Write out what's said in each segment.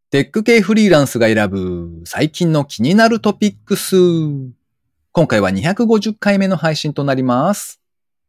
テック系フリーランスが選ぶ最近の気になるトピックス。今回は250回目の配信となります。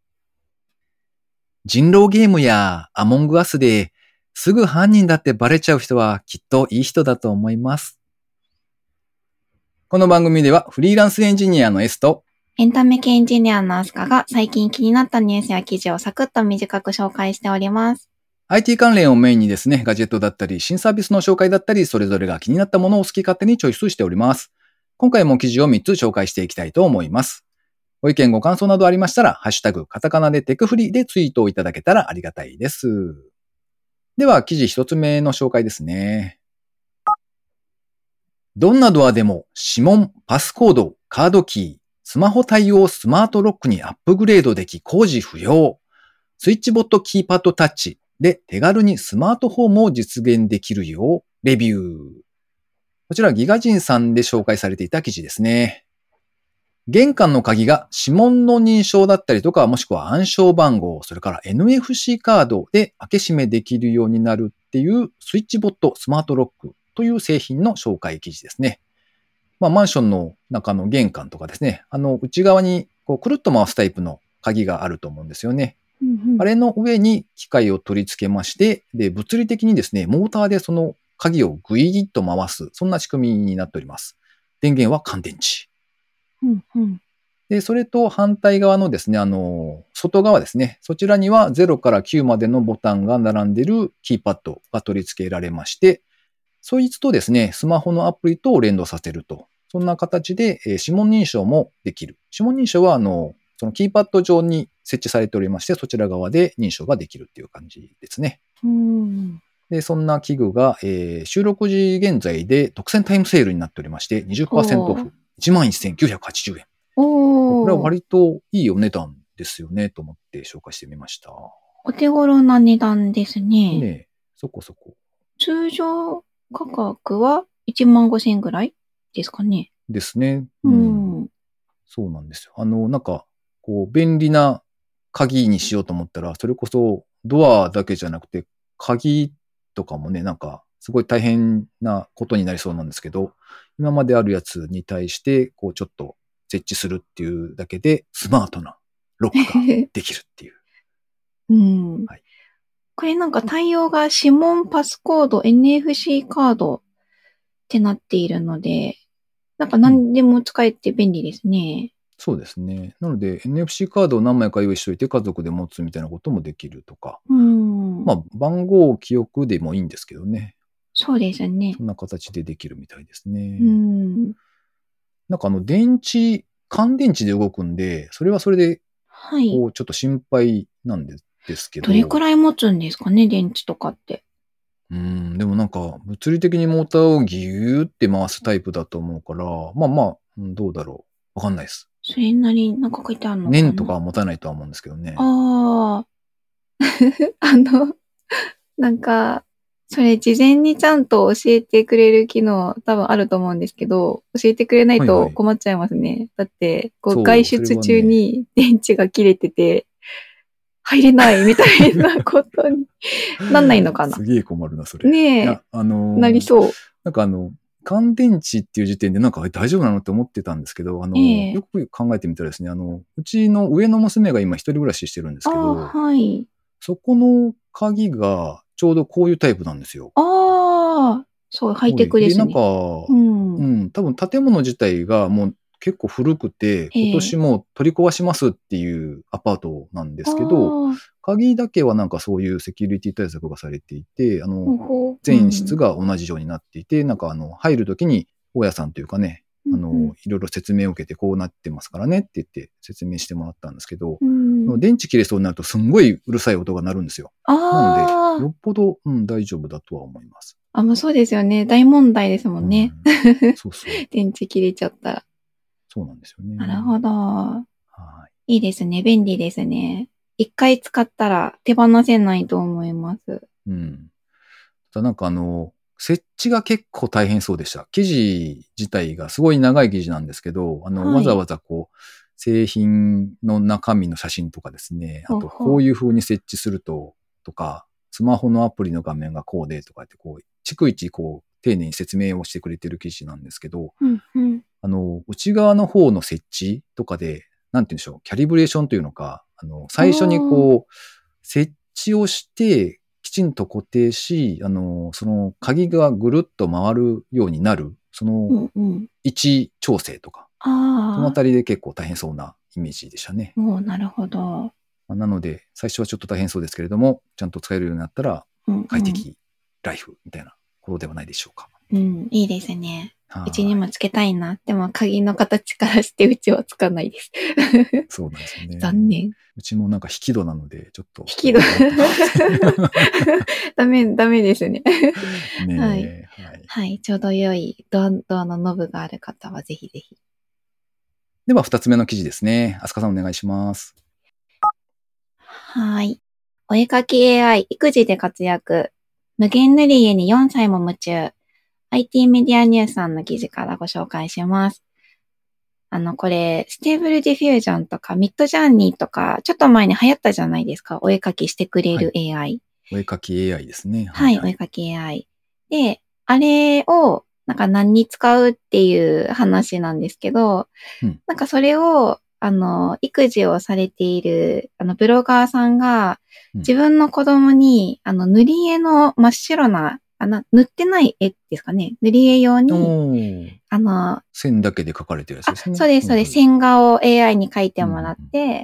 人狼ゲームやアモングアスですぐ犯人だってバレちゃう人はきっといい人だと思います。この番組ではフリーランスエンジニアの S とエンタメ系エンジニアのアスカが最近気になったニュースや記事をサクッと短く紹介しております。 IT 関連をメインにですね、ガジェットだったり、新サービスの紹介だったり、それぞれが気になったものを好き勝手にチョイスしております。今回も記事を3つ紹介していきたいと思います。ご意見ご感想などありましたら、ハッシュタグ、カタカナでテクフリでツイートをいただけたらありがたいです。では、記事1つ目の紹介ですね。どんなドアでも指紋、パスコード、カードキー、スマホ対応スマートロックにアップグレードでき工事不要。スイッチボットキーパッドタッチで手軽にスマートフォームを実現できるようレビュー。こちらギガ人さんで紹介されていた記事ですね。玄関の鍵が指紋の認証だったりとか、もしくは暗証番号、それから NFC カードで開け閉めできるようになるっていうスイッチボットスマートロックという製品の紹介記事ですね。マンションの中の玄関とかですね、内側にくるっと回すタイプの鍵があると思うんですよね。あれの上に機械を取り付けまして、で、物理的にですね、モーターでその鍵をグイギッと回す、そんな仕組みになっております。電源は乾電池。で、それと反対側のですね、外側ですね、そちらには0から9までのボタンが並んでいるキーパッドが取り付けられまして、そいつとですね、スマホのアプリと連動させると。そんな形で、指紋認証もできる。指紋認証は、そのキーパッド上に設置されておりまして、そちら側で認証ができるっていう感じですね。で、そんな器具が、収録時現在で特選タイムセールになっておりまして、20% オフ、11,980円。これは割といいお値段ですよね、と思って紹介してみました。 お手頃な値段ですね。 ねえ、そこそこ。 通常価格は15,000円ぐらいですかね。 ですね。そうなんですよ。なんか、便利な鍵にしようと思ったら、それこそドアだけじゃなくて、鍵とかもね、なんか、すごい大変なことになりそうなんですけど、今まであるやつに対して、ちょっと設置するっていうだけで、スマートなロックができるっていう。 はい、これなんか対応が指紋、パスコード、NFC カードってなっているので、なんか何でも使えて便利ですね。 そうですね。なので NFC カードを何枚か用意しておいて家族で持つみたいなこともできるとか。番号記憶でもいいんですけどね。 そうですね。 そんな形でできるみたいですね。なんか乾電池で動くんで、それはそれで、ちょっと心配なんですけど。 どれくらい持つんですかね、電池とかって。 でもなんか、物理的にモーターをギューって回すタイプだと思うから、どうだろう。わかんないです。 それなりになんか書いてあるのかな。 年とかは持たないとは思うんですけどね。 なんか、それ事前にちゃんと教えてくれる機能多分あると思うんですけど、教えてくれないと困っちゃいますね。だって、外出中に電池が切れてて、入れないみたいなことになんないのかな。 すげえ困るな、それ。 ねえ。なりそう。 なんか乾電池っていう時点でなんか大丈夫なのって思ってたんですけど、よく考えてみたらですね、うちの上の娘が今一人暮らししてるんですけど、そこの鍵がちょうどこういうタイプなんですよ。 そう、ハイテクですね。 で、なんか、多分建物自体がもう結構古くて、今年も取り壊しますっていうアパートなんですけど、鍵だけはなんかそういうセキュリティ対策がされていて、全室が同じようになっていて、なんか入るときに大家さんというかね、いろいろ説明を受けてこうなってますからねって言って説明してもらったんですけど、電池切れそうになるとすんごいうるさい音が鳴るんですよ。なので、よっぽど、大丈夫だとは思います。 そうですよね。大問題ですもんね。 そうそう。 電池切れちゃったら。 そうなんですよね。 なるほど。いいですね。便利ですね。一回使ったら手放せないと思います。 ただなんか設置が結構大変そうでした。記事自体がすごい長い記事なんですけど、わざわざ製品の中身の写真とかですね、あとこういう風に設置すると、とか、スマホのアプリの画面がこうでとかって逐一丁寧に説明をしてくれてる記事なんですけど、 うんうん。 内側の方の設置とかで、なんて言うんでしょう、キャリブレーションというのか、最初に設置をして、きちんと固定し、その鍵がぐるっと回るようになる、そのうんうん。 位置調整とか、そのああたりで結構大変そうなイメージでしたね。 あ、もうなるほど。 なので、最初はちょっと大変そうですけれども、ちゃんと使えるようになったら、 うんうん。 快適ライフみたいなことではないでしょうか。 うん、いいですね。うちにはい。 もつけたいな。でも鍵の形からしてうちはつかないです。 そうなんですよね。 残念。 うちもなんか引き戸なので、ちょっと引き戸。 困ってます。 ダメですね。はい。 ねえ、はい。 はい。ちょうど良いドアのノブがある方はぜひぜひ。 では、二つ目の記事ですね。あすかさんお願いします。 はい。お絵かき AI、育児で活躍。無限塗り絵に4歳も夢中。IT メディアニュースさんの記事からご紹介します。これ、ステーブルディフュージョンとかミッドジャーニーとか、ちょっと前に流行ったじゃないですか。お絵かきしてくれる AI。 お絵かき AI ですね。 はい、お絵かき AI。で、あれを、なんか何に使うっていう話なんですけど、なんかそれを、育児をされている、ブロガーさんが、自分の子供に、塗り絵の真っ白な、塗ってない絵ですかね。塗り絵用に、 線だけで描かれてるやつですね。 そうです、そうです。線画を AI に描いてもらって、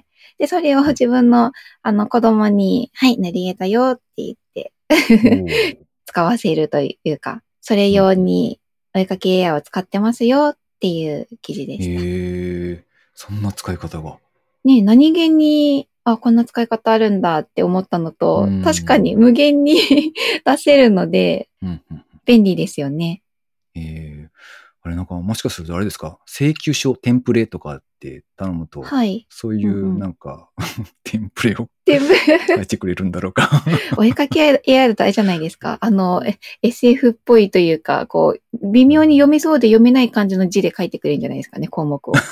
で、それを自分の、子供に、はい、塗り絵だよって言って、使わせるというか、それ用にお絵かき AI を使ってますよっていう記事でした。 そんな使い方が。 ね、何気に、こんな使い方あるんだって思ったのと、確かに無限に出せるので、便利ですよね。 あれなんか、もしかするとあれですか、請求書、テンプレとかって頼むと、はい、そういうなんか、テンプレを書いてくれるんだろうか。 お絵かき AI だとあれじゃないですか。SF っぽいというか、こう、微妙に読めそうで読めない感じの字で書いてくれるんじゃないですかね、項目を。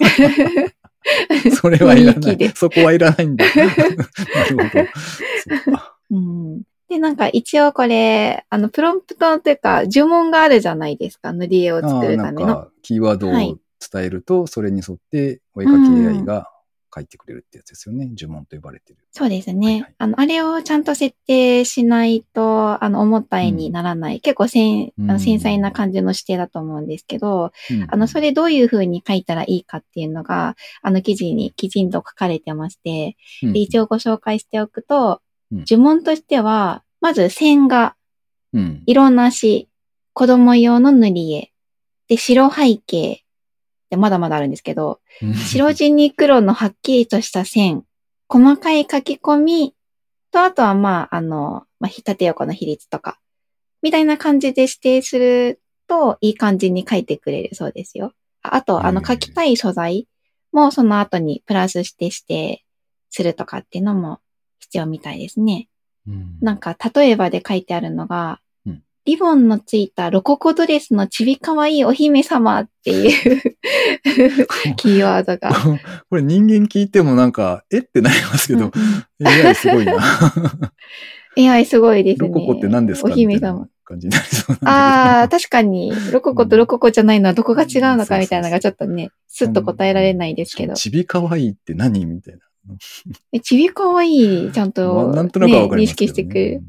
それはいらない。そこはいらないんだ。なるほど。そうか。 で、なんか一応これ、プロンプトというか、呪文があるじゃないですか、塗り絵を作るための。 なんか、キーワードを伝えると、それに沿って、お絵かき AI が書いてくれるってやつですよね。呪文と呼ばれてる。 そうですね。あれをちゃんと設定しないと、思った絵にならない。結構繊細な感じの指定だと思うんですけど、それどういう風に書いたらいいかっていうのが、記事にきちんと書かれてまして、で一応ご紹介しておくと、呪文としては、まず線画、色なし、子供用の塗り絵、で、白背景、で、まだまだあるんですけど、白地に黒のはっきりとした線、細かい書き込みと、あとは縦横の比率とか、みたいな感じで指定すると、いい感じに書いてくれるそうですよ。あと、書きたい素材もその後にプラスして指定するとかっていうのも必要みたいですね。なんか、例えばで書いてあるのが、リボンのついたロココドレスのちびかわいいお姫様っていうキーワードが。 これ人間聞いてもなんか、ってなりますけど、AI すごいな。 AI すごいですね。 ロココって何ですかお姫様。 感じになりそうなんだけど。確かに、ロココとロココじゃないのはどこが違うのかみたいなのがちょっとね、スッと答えられないですけど。 ちびかわいいって何みたいな。 ちびかわいい、ちゃんと、 なんとなくわかりますけどね。 認識してくる。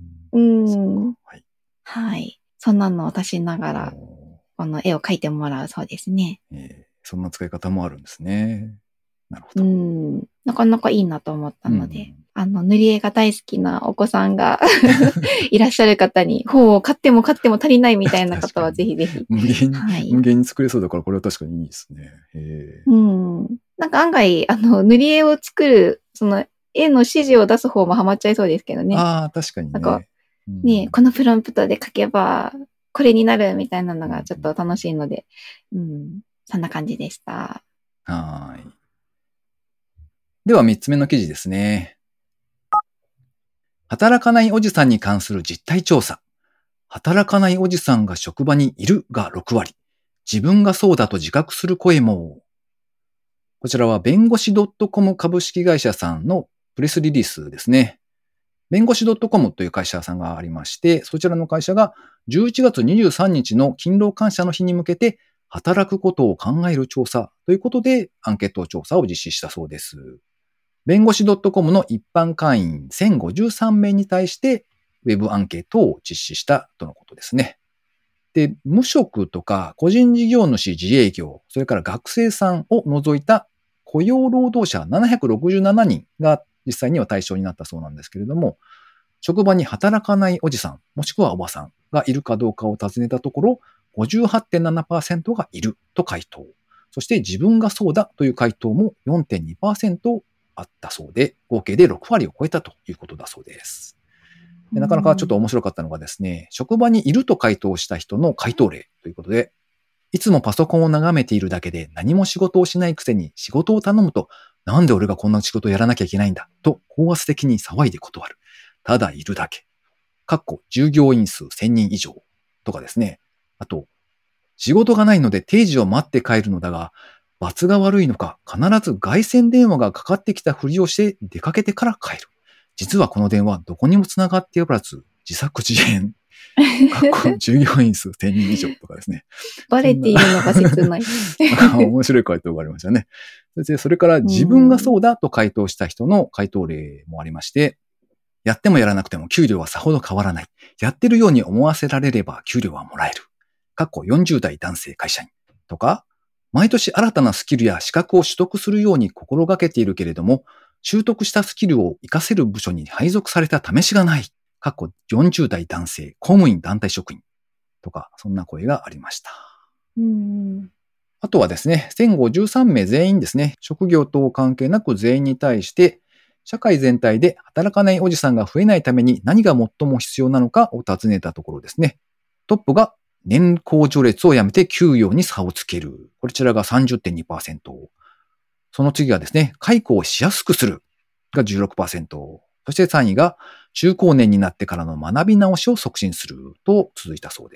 はい。そんなのを足しながら、この絵を描いてもらうそうですね。 そんな使い方もあるんですね。なるほど。 なかなかいいなと思ったので、塗り絵が大好きなお子さんがいらっしゃる方に、本を買っても足りないみたいな方はぜひぜひ。 無限に作れそうだから、これは確かにいいですね。 なんか案外、塗り絵を作る、その絵の指示を出す方もハマっちゃいそうですけどね。 確かにね。 なんか、このプロンプトで書けば、これになるみたいなのがちょっと楽しいので、そんな感じでした。 はい。では3つ目の記事ですね。働かないおじさんに関する実態調査。働かないおじさんが職場にいるが6割。自分がそうだと自覚する声も。こちらは弁護士 .com 株式会社さんのプレスリリースですね。 弁護士 .com という会社さんがありまして、そちらの会社が11月23日の勤労感謝の日に向けて、働くことを考える調査ということで、アンケート調査を実施したそうです。弁護士 .com の一般会員1053名に対して、ウェブアンケートを実施したとのことですね。で、無職とか個人事業主自営業、それから学生さんを除いた雇用労働者767人が実際には対象になったそうなんですけれども、職場に働かないおじさん、もしくはおばさんがいるかどうかを尋ねたところ、58.7% がいると回答。そして自分がそうだという回答も 4.2% あったそうで、合計で6割を超えたということだそうです。でなかなかちょっと面白かったのがですね、職場にいると回答した人の回答例ということで、いつもパソコンを眺めているだけで何も仕事をしないくせに仕事を頼むと、なんで俺がこんな仕事をやらなきゃいけないんだと高圧的に騒いで断る。ただいるだけ。従業員数1000人以上とかですね。あと、仕事がないので定時を待って帰るのだが、罰が悪いのか必ず外線電話がかかってきたふりをして出かけてから帰る。実はこの電話どこにも繋がっておらず、自作自演。従業員数1000人以上とかですね。 バレているのが切ない。 面白い回答がありましたね。それから自分がそうだと回答した人の回答例もありまして、やってもやらなくても給料はさほど変わらない。やってるように思わせられれば給料はもらえる。40代男性会社員とか、毎年新たなスキルや資格を取得するように心がけているけれども、習得したスキルを活かせる部署に配属された試しがない。40代男性公務員団体職員とか、そんな声がありました。あとはですね、1053名全員ですね、職業等関係なく全員に対して、社会全体で働かないおじさんが増えないために何が最も必要なのかを尋ねたところですね。トップが年功序列をやめて給与に差をつける。こちらが 30.2%。その次がですね、解雇をしやすくするが 16%。そして3位が中高年になってからの学び直しを促進すると続いたそうです。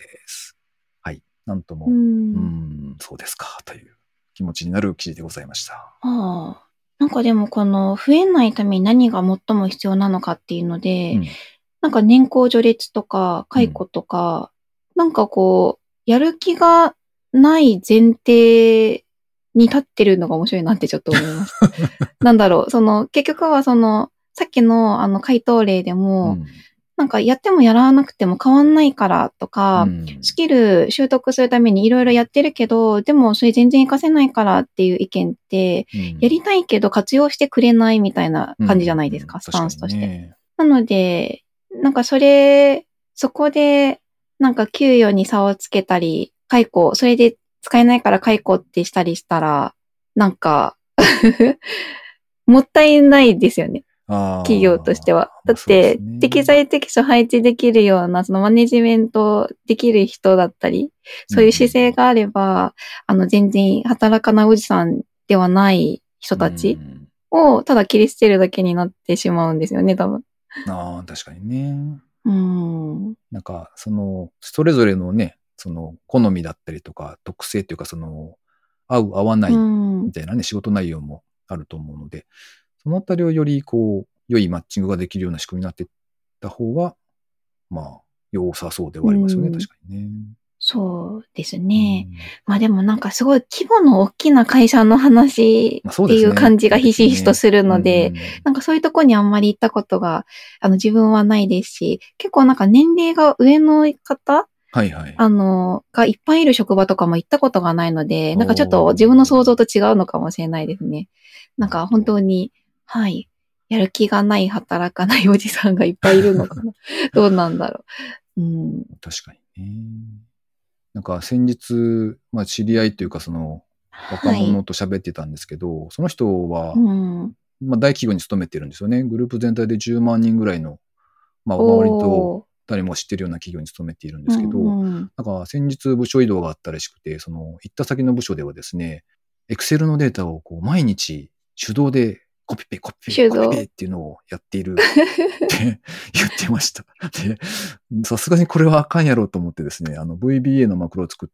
はい。なんとも、そうですか、という気持ちになる記事でございました。 なんかでもこの増えないために何が最も必要なのかっていうので、なんか年功序列とか解雇とか、なんかこう、やる気がない前提に立ってるのが面白いなってちょっと思いました。なんだろう、結局はさっきの回答例でも、なんかやってもやらなくても変わんないからとか、スキル習得するためにいろいろやってるけど、でもそれ全然活かせないからっていう意見って、やりたいけど活用してくれないみたいな感じじゃないですか、スタンスとして。なので、なんかそこで、なんか給与に差をつけたり、解雇、それで使えないから解雇ってしたりしたら、なんかもったいないですよね。企業としては。だって、適材適所配置できるような、そのマネジメントできる人だったり、そういう姿勢があれば、全然働かないおじさんではない人たちをただ切り捨てるだけになってしまうんですよね、多分。 確かにね。なんか、それぞれのね、好みだったりとか、特性っていうか、合う合わないみたいなね、仕事内容もあると思うので、そのあたりをより良いマッチングができるような仕組みになっていった方が、良さそうではありますよね、確かにね。 そうですね。でもなんかすごい規模の大きな会社の話っていう感じがひしひしとするので、なんかそういうとこにあんまり行ったことが、自分はないですし、結構なんか年齢が上の方がいっぱいいる職場とかも行ったことがないので、なんかちょっと自分の想像と違うのかもしれないですね。なんか本当に、やる気がない働かないおじさんがいっぱいいるのかな。どうなんだろう。 確かにね。なんか先日、知り合いというか若者と喋ってたんですけど、その人は、大企業に勤めてるんですよね。グループ全体で10万人ぐらいの、割と誰も知ってるような企業に勤めているんですけど、なんか先日部署移動があったらしくて、行った先の部署ではですね、Excel のデータを毎日手動でコピペっていうのをやっているって言ってました。で、さすがにこれはあかんやろうと思ってですね、VBA のマクロを作って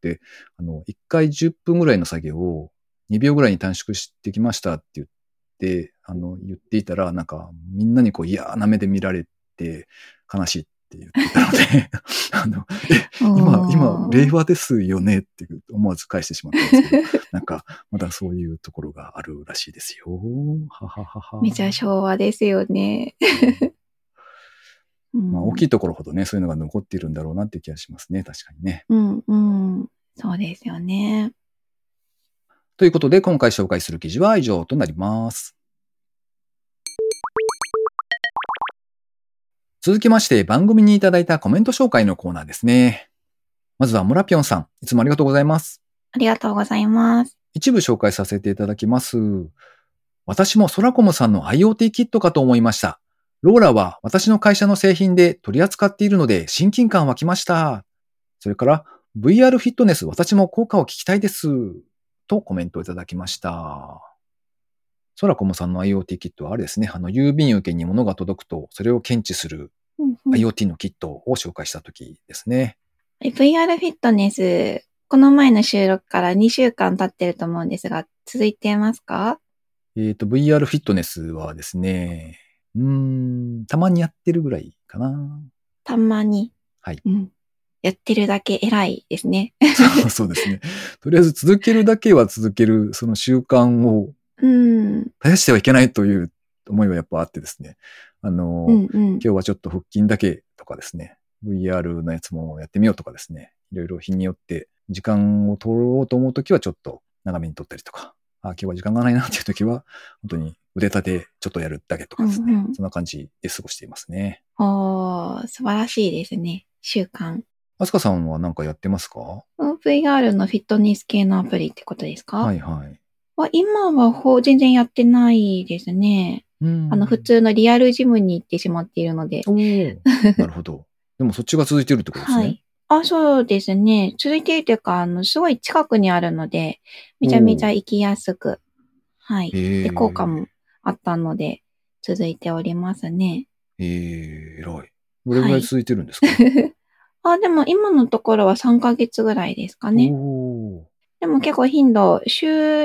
、1回10分ぐらいの作業を2秒ぐらいに短縮してきましたって言っていたら、なんかみんなに嫌な目で見られて悲しいって言ってたので、今、令和ですよねって思わず返してしまったんですけど、なんか、まだそういうところがあるらしいですよ。はははは。 めちゃ昭和ですよね。 まあ、大きいところほどね、そういうのが残っているんだろうなっていう気がしますね。確かにね。 そうですよね。 ということで、今回紹介する記事は以上となります。続きまして、番組にいただいたコメント紹介のコーナーですね。まずは、ムラピョンさん。いつもありがとうございます。 ありがとうございます。 一部紹介させていただきます。私もソラコムさんの IoT キットかと思いました。ローラは私の会社の製品で取り扱っているので親近感湧きました。それから VR フィットネス私も効果を聞きたいです。とコメントをいただきました。ソラコムさんの IoT キットはあれですね、郵便受けに物が届くとそれを検知する IoT のキットを紹介したときですね。 VR フィットネス、この前の収録から2週間経ってると思うんですが、続いてますか ？VR フィットネスはですね、たまにやってるぐらいかな。 たまに。 はい。 やってるだけ偉いですね。 そうですね。とりあえず続けるだけは続ける、その習慣を絶やしてはいけないという思いはやっぱあってですね。今日はちょっと腹筋だけとかですね、VR のやつもやってみようとかですね、いろいろ日によって時間を取ろうと思うときはちょっと長めに取ったりとか、今日は時間がないなっていうときは、本当に腕立てちょっとやるだけとかですね、そんな感じで過ごしていますね。 素晴らしいですね。習慣。 あすかさんは何かやってますか？ VR のフィットネス系のアプリってことですか？ はいはい。 今は全然やってないですね。普通のリアルジムに行ってしまっているので。 なるほど。でもそっちが続いているってことですね。 はい。そうですね。続いているというか、すごい近くにあるので、めちゃめちゃ行きやすく、はい。で、効果もあったので、続いておりますね。 偉い。どれぐらい続いてるんですか？ でも今のところは3ヶ月ぐらいですかね。でも結構頻度、週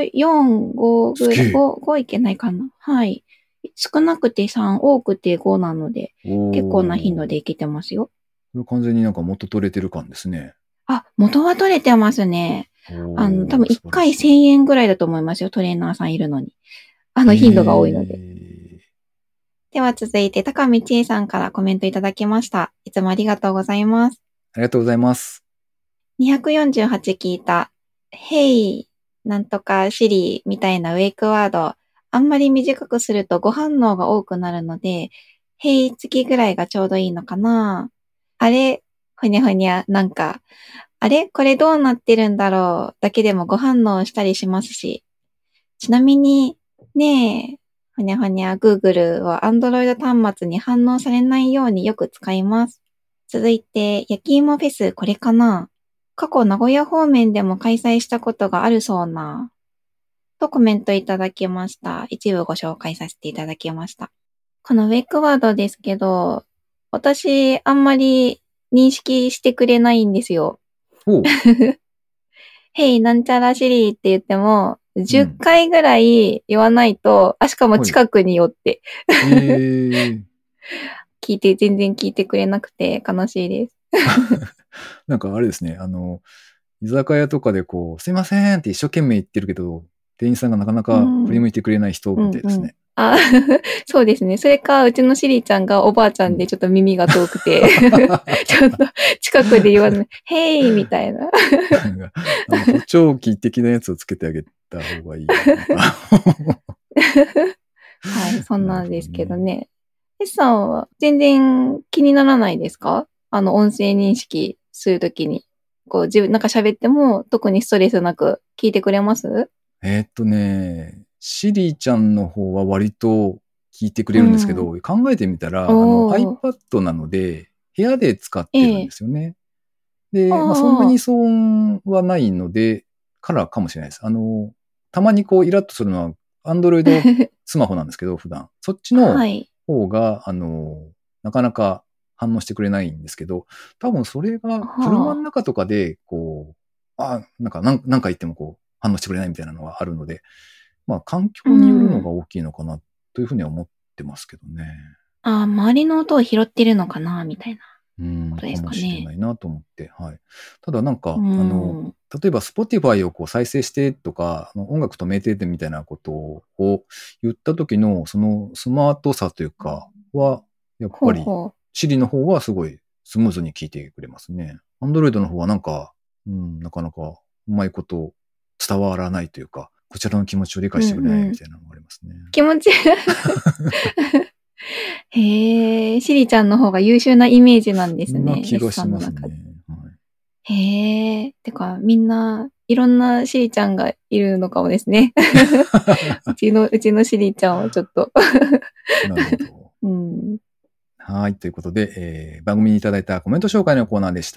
4、5ぐらい、5いけないかな。はい。少なくて3、多くて5なので、結構な頻度でいけてますよ。 これ完全になんか元取れてる感ですね。 元は取れてますね。多分1回1000円ぐらいだと思いますよ。トレーナーさんいるのに。頻度が多いので。では続いて、高見千恵さんからコメントいただきました。いつもありがとうございます。 ありがとうございます。 248聞いた。Hey なんとかシリみたいなウェイクワード。あんまり短くするとご反応が多くなるので、Hey 付きぐらいがちょうどいいのかな。あれふにゃふにゃ、なんか、あれこれどうなってるんだろうだけでもご反応したりしますし。ちなみに、ねえ、ふにゃふにゃ Google は Android 端末に反応されないようによく使います。続いて、焼き芋フェスこれかな？過去名古屋方面でも開催したことがあるそうな。とコメントいただきました。一部ご紹介させていただきました。このウェイクワードですけど、私あんまり認識してくれないんですよ。Hey なんちゃらシリーって言っても、10回ぐらい言わないと、しかも近くに寄って。全然聞いてくれなくて悲しいです。 なんかあれですね、居酒屋とかですいませんって一生懸命言ってるけど、店員さんがなかなか振り向いてくれない人みたいですね。 そうですね。それか、うちのシリーちゃんがおばあちゃんでちょっと耳が遠くて、ちょっと近くで言わない、ヘイみたいな。 補聴器的なやつをつけてあげた方がいい。 はい、そんなんですけどね。S さんは全然気にならないですか？音声認識するときに。自分なんか喋っても特にストレスなく聞いてくれます？ シリーちゃんの方は割と聞いてくれるんですけど、考えてみたら、iPad なので、部屋で使ってるんですよね。で、そんなに騒音はないので、からかもしれないです。たまにイラッとするのは、Android スマホなんですけど、普段。そっちの方が、なかなか反応してくれないんですけど、多分それが車の中とかで、なんか言っても反応してくれないみたいなのがあるので、環境によるのが大きいのかなというふうには思ってますけどね。 周りの音を拾ってるのかな、みたいなことですかかね。 もしれないなと思って。はい。ただなんか、 例えば Spotify をこう再生してとか、音楽止めてみたいなことを言った時の、そのスマートさというかは、やっぱり、Siri の方はすごいスムーズに聞いてくれますね。Android の方はなんか、なかなかうまいこと伝わらないというか、こちらの気持ちを理解してくれないみたいなのがありますね。 気持ちへえ、シリちゃんの方が優秀なイメージなんですね。 そんな気がしますね。 へえ、てかみんないろんなシリちゃんがいるのかもですね。うちのシリちゃんはちょっと。 なるほど。はい。ということで、番組にいただいたコメント紹介のコーナーでした。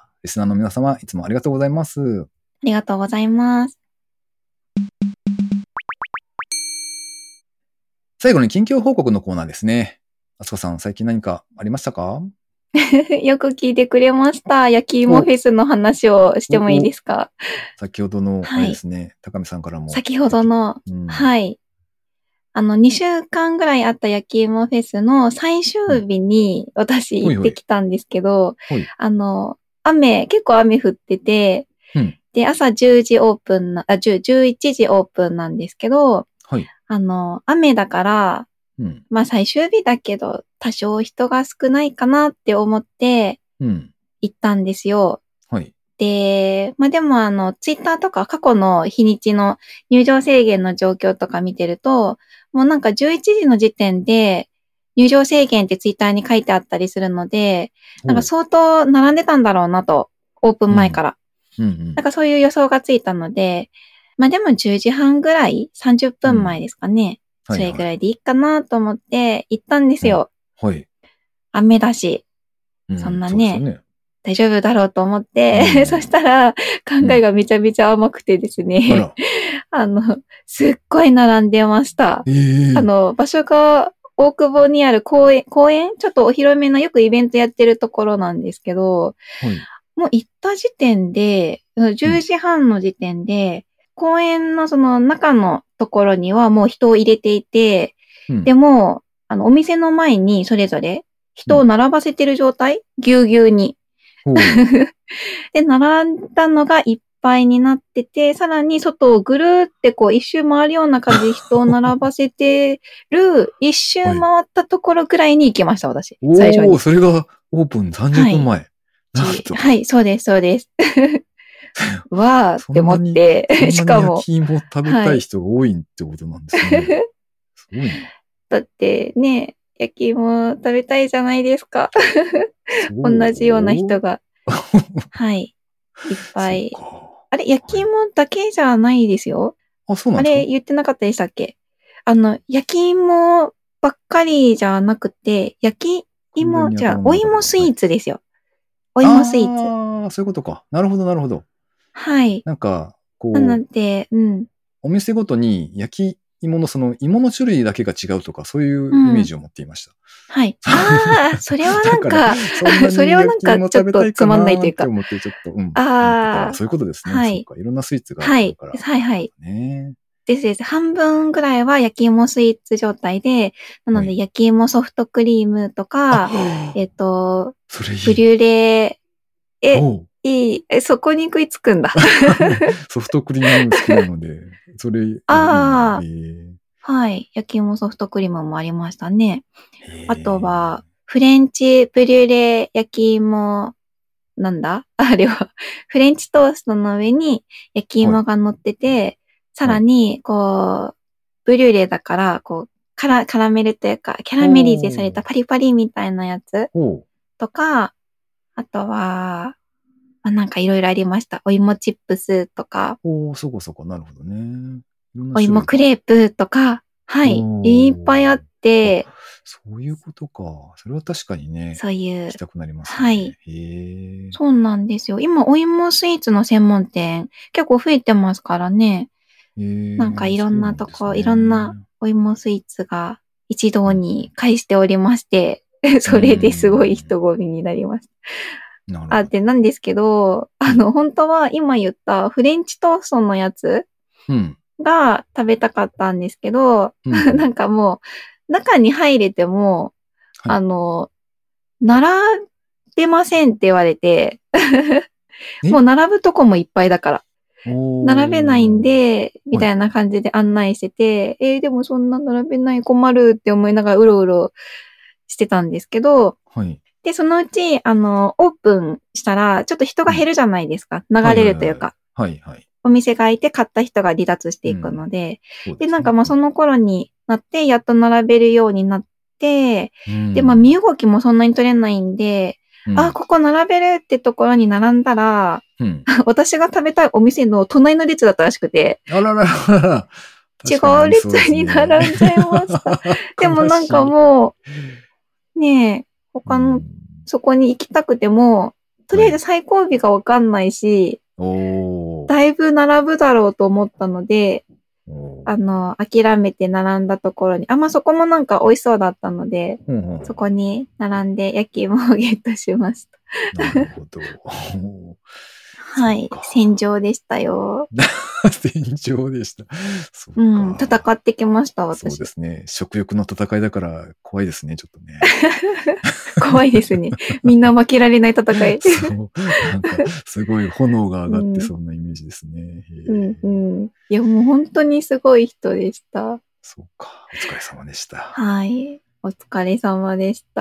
リスナーの皆様、いつもありがとうございます。 ありがとうございます。 最後に近況報告のコーナーですね。あつこさん、最近何かありましたか？ よく聞いてくれました。焼き芋フェスの話をしてもいいですか？ 先ほどの、あれですね、高見さんからも。 先ほどの、はい。2週間ぐらいあった焼き芋フェスの最終日に私行ってきたんですけど、結構雨降ってて、で、朝10時オープン11時オープンなんですけど、雨だから、まあ最終日だけど、多少人が少ないかなって思って、行ったんですよ。で、まあでもツイッターとか過去の日にちの入場制限の状況とか見てると、もうなんか11時の時点で入場制限ってツイッターに書いてあったりするので、なんか相当並んでたんだろうなと、オープン前から。なんかそういう予想がついたので、まあでも10時半ぐらい ?30 分前ですかね。それぐらいでいいかなと思って行ったんですよ。雨だし、そんなね。大丈夫だろうと思って、そしたら考えがめちゃめちゃ甘くてですね。すっごい並んでました。場所が大久保にある公園、ちょっとお広めのよくイベントやってるところなんですけど、もう行った時点で、10時半の時点で、公園のその中のところにはもう人を入れていて、でも、お店の前にそれぞれ人を並ばせてる状態、ぎゅうぎゅうに。で、並んだのがいっぱいになってて、さらに外をぐるーってこう一周回るような感じで人を並ばせてる、一周回ったところぐらいに行きました、私。最初に。 それがオープン30分前。 はい、そうです、そうです。わーって思って、しかも。 焼き芋食べたい人が多いってことなんですね。すごいな。 だってね、焼き芋食べたいじゃないですか。同じような人が。はい。いっぱい。あれ、焼き芋だけじゃないですよ。 そうなんですか？ あれ、言ってなかったでしたっけ？焼き芋ばっかりじゃなくて、お芋スイーツですよ。お芋スイーツ。そういうことか。なるほど、なるほど。 はい。 なんか、こう。 なので、 お店ごとに焼き芋のその芋の種類だけが違うとか、そういうイメージを持っていました。 はい。それはなんか、それはなんかちょっとつまんないというか。 思ってちょっと、そういうことですね。 はい。 いろんなスイーツがあるから。 はい。です。半分ぐらいは焼き芋スイーツ状態で、なので焼き芋ソフトクリームとか、ブリュレ、そこに食いつくんだ。 ソフトクリーム好きなので、それ。 はい。焼き芋ソフトクリームもありましたね。あとは、フレンチブリュレ焼き芋、なんだあれは、フレンチトーストの上に焼き芋が乗ってて、さらに、こう、ブリュレだから、こう、カラメルというか、キャラメリゼされたパリパリみたいなやつとか、あとは、なんかいろいろありました。お芋チップスとか。 そこ、なるほどね。 お芋クレープとか、はい。いっぱいあって。 そういうことか。それは確かにね。 そういう。 行きたくなりますね。 はい。そうなんですよ。今、お芋スイーツの専門店、結構増えてますからね。なんかいろんなとこ、いろんなお芋スイーツが一堂に会しておりまして、それですごい人混みになりました。で、なんですけど、本当は今言ったフレンチトーストのやつが食べたかったんですけど、なんかもう、中に入れても、 並べませんって言われて、もう並ぶとこもいっぱいだから。並べないんで、みたいな感じで案内してて、でもそんな並べない困るって思いながらうろうろしてたんですけど、 はい。 で、そのうち、オープンしたら、ちょっと人が減るじゃないですか。流れるというか。 はいはい。 お店が開いて買った人が離脱していくので。で、なんかまあその頃になって、やっと並べるようになって、で、まあ身動きもそんなに取れないんで、ここ並べるってところに並んだら、私が食べたいお店の隣の列だったらしくて。 あらららら。 違う列に並んじゃいました。でもなんかもう、ねえ、他の、そこに行きたくても、とりあえず最後尾がわかんないし、だいぶ並ぶだろうと思ったので、諦めて並んだところに、そこもなんか美味しそうだったので、そこに並んで焼き芋をゲットしました。 なるほど。 はい。戦場でしたよ。 戦場でした。 戦ってきました、私。 そうですね。食欲の戦いだから怖いですね、ちょっとね。 怖いですね。みんな負けられない戦い。 そう。なんか、すごい炎が上がってそんなイメージですね。 いや、もう本当にすごい人でした。 そうか。お疲れ様でした。 はい。お疲れ様でした。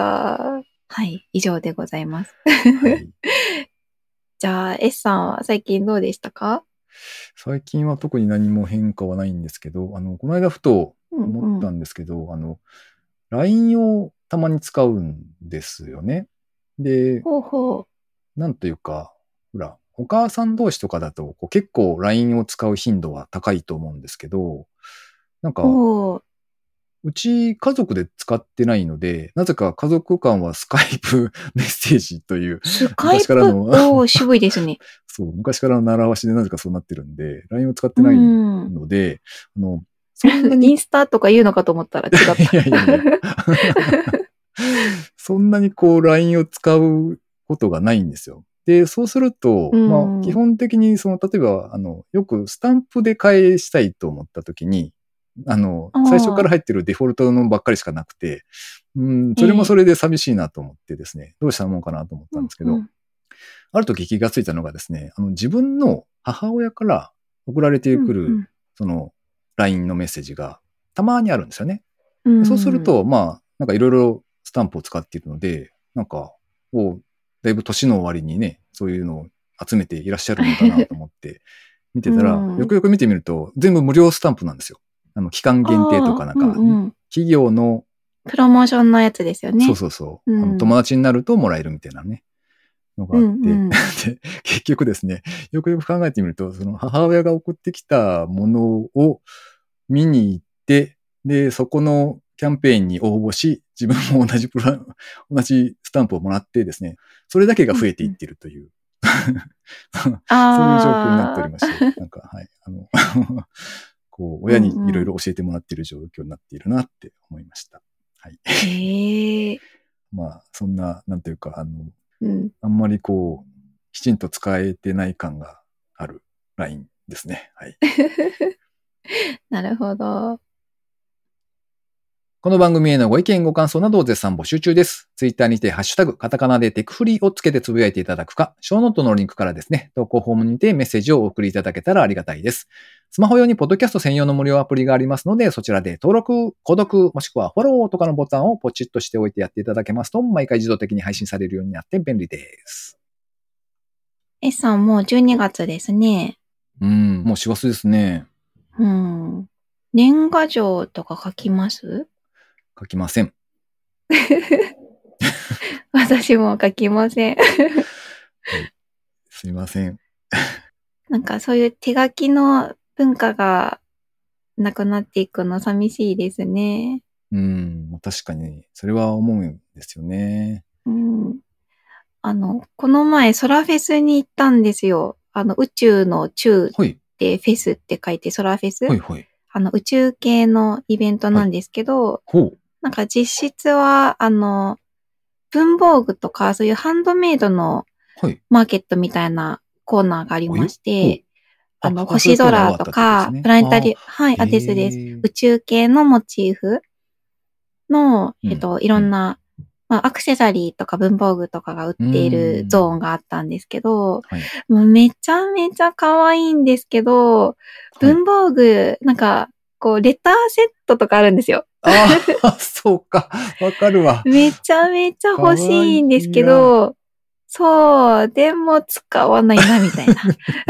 はい。以上でございます。はい。じゃあ、S さんは最近どうでしたか？ 最近は特に何も変化はないんですけど、この間ふと思ったんですけど、LINE をたまに使うんですよね。で、なんというか、ほら、お母さん同士とかだと結構 LINE を使う頻度は高いと思うんですけど、なんか、うち家族で使ってないので、なぜか家族間はスカイプメッセージという、 昔からの、渋いですね。 そう、昔からの習わしでなぜかそうなってるんで、LINE を使ってないので、 そんなに。インスタとか言うのかと思ったら違った。 いやいやいや。そんなにLINE を使うことがないんですよ。で、そうすると、基本的に例えば、よくスタンプで返したいと思ったときに、最初から入ってるデフォルトのばっかりしかなくて、それもそれで寂しいなと思ってですね、どうしたもんかなと思ったんですけど、ある時気がついたのがですね、自分の母親から送られてくる、LINE のメッセージがたまにあるんですよね。そうすると、なんかいろいろスタンプを使っているので、なんか、だいぶ年の終わりにね、そういうのを集めていらっしゃるのだなと思って見てたら、よくよく見てみると、全部無料スタンプなんですよ。期間限定とかなんか、企業のプロモーションのやつですよね。 そうそう。友達になるともらえるみたいなね、のがあって、で、結局ですね、よくよく考えてみると、その母親が送ってきたものを見に行って、で、そこのキャンペーンに応募し、自分も同じスタンプをもらってですね、それだけが増えていっているという、そういう状況になっておりまして、なんか、はい、親にいろいろ教えてもらっている状況になっているなって思いました。はい。そんな、なんていうか、あんまりきちんと使えてない感がある LINE ですね。はい。 なるほど。 この番組へのご意見ご感想などを絶賛募集中です。ツイッターにてハッシュタグ、カタカナでテクフリーをつけてつぶやいていただくか、ショーノートのリンクからですね、投稿フォームにてメッセージをお送りいただけたらありがたいです。スマホ用にポッドキャスト専用の無料アプリがありますので、そちらで登録、購読、もしくはフォローとかのボタンをポチッとしておいてやっていただけますと、毎回自動的に配信されるようになって便利です。 S さんもう12月ですね。 もう師走ですね。 年賀状とか書きます？ 書きません。 私も書きません。 すいません。 なんかそういう手書きの文化がなくなっていくの寂しいですね。 確かに、それは思うんですよね。 この前、ソラフェスに行ったんですよ。宇宙の宙ってフェスって書いてソラフェス。宇宙系のイベントなんですけど、なんか実質は、文房具とかそういうハンドメイドのマーケットみたいなコーナーがありまして、星空とか、プラネタリ、です。宇宙系のモチーフの、いろんなまあ、アクセサリーとか文房具とかが売っているゾーンがあったんですけど、 はい。 もうめちゃめちゃ可愛いんですけど、文房具、なんか、こう、レターセットとかあるんですよ。 ああ、そうか。わかるわ。 めちゃめちゃ欲しいんですけかわいいど、そう、でも使わないな、みたいな。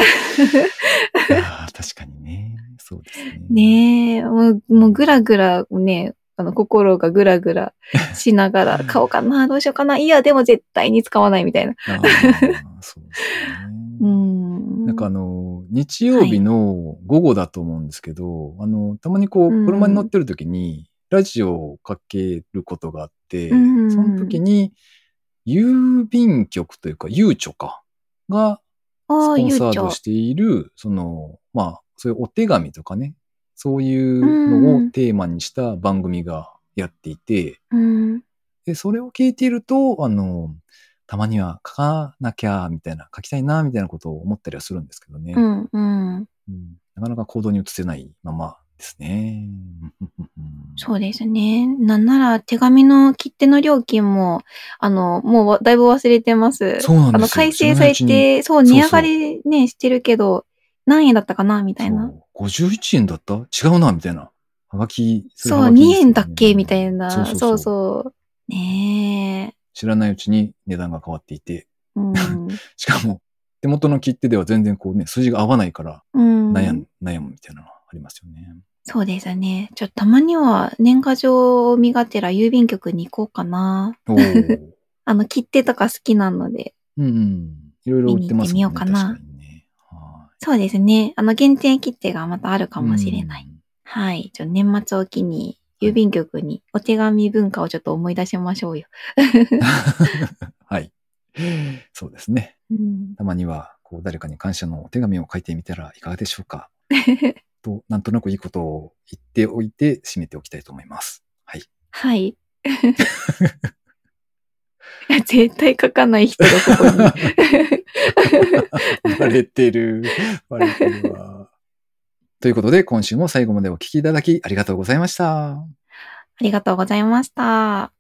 ああ、確かにね。そうですね。 ねえ、もうぐらぐらね、心がぐらぐらしながら、買おうかな、どうしようかな。いや、でも絶対に使わないみたいな。 ああ、そうですね。なんか日曜日の午後だと思うんですけど、たまにこう、車に乗ってる時に、ラジオをかけることがあって、その時に、郵便局というか、ゆうちょか、が、スポンサードしている、まあ、そういうお手紙とかね、そういうのをテーマにした番組がやっていて、で、それを聞いていると、たまには書かなきゃ、みたいな、書きたいな、みたいなことを思ったりはするんですけどね。なかなか行動に移せないままですね。 そうですね。なんなら手紙の切手の料金も、もうだいぶ忘れてます。 そうなんですよ。 改正されて、そう、値上がりね、してるけど、何円だったかなみたいな。 51円だった違うな、みたいな。はがき、 そう、2円だっけみたいな。そうそう。ねえ。 知らないうちに値段が変わっていて。しかも、手元の切手では全然こうね、数字が合わないから、悩むみたいなのがありますよね。 そうですね。たまには年賀状を身がてら郵便局に行こうかな。切手とか好きなので。 いろいろ売ってますもんね。 見に行ってみようかな。 確かにね。 そうですね。限定切手がまたあるかもしれない。はい。年末を機に郵便局にお手紙文化をちょっと思い出しましょうよ。 はい。そうですね。たまには、こう、誰かに感謝のお手紙を書いてみたらいかがでしょうか。と、なんとなくいいことを言っておいて、締めておきたいと思います。はい。 はい。絶対書かない人がここに。バレてるわ。ということで、今週も最後までお聞きいただきありがとうございました。 ありがとうございました。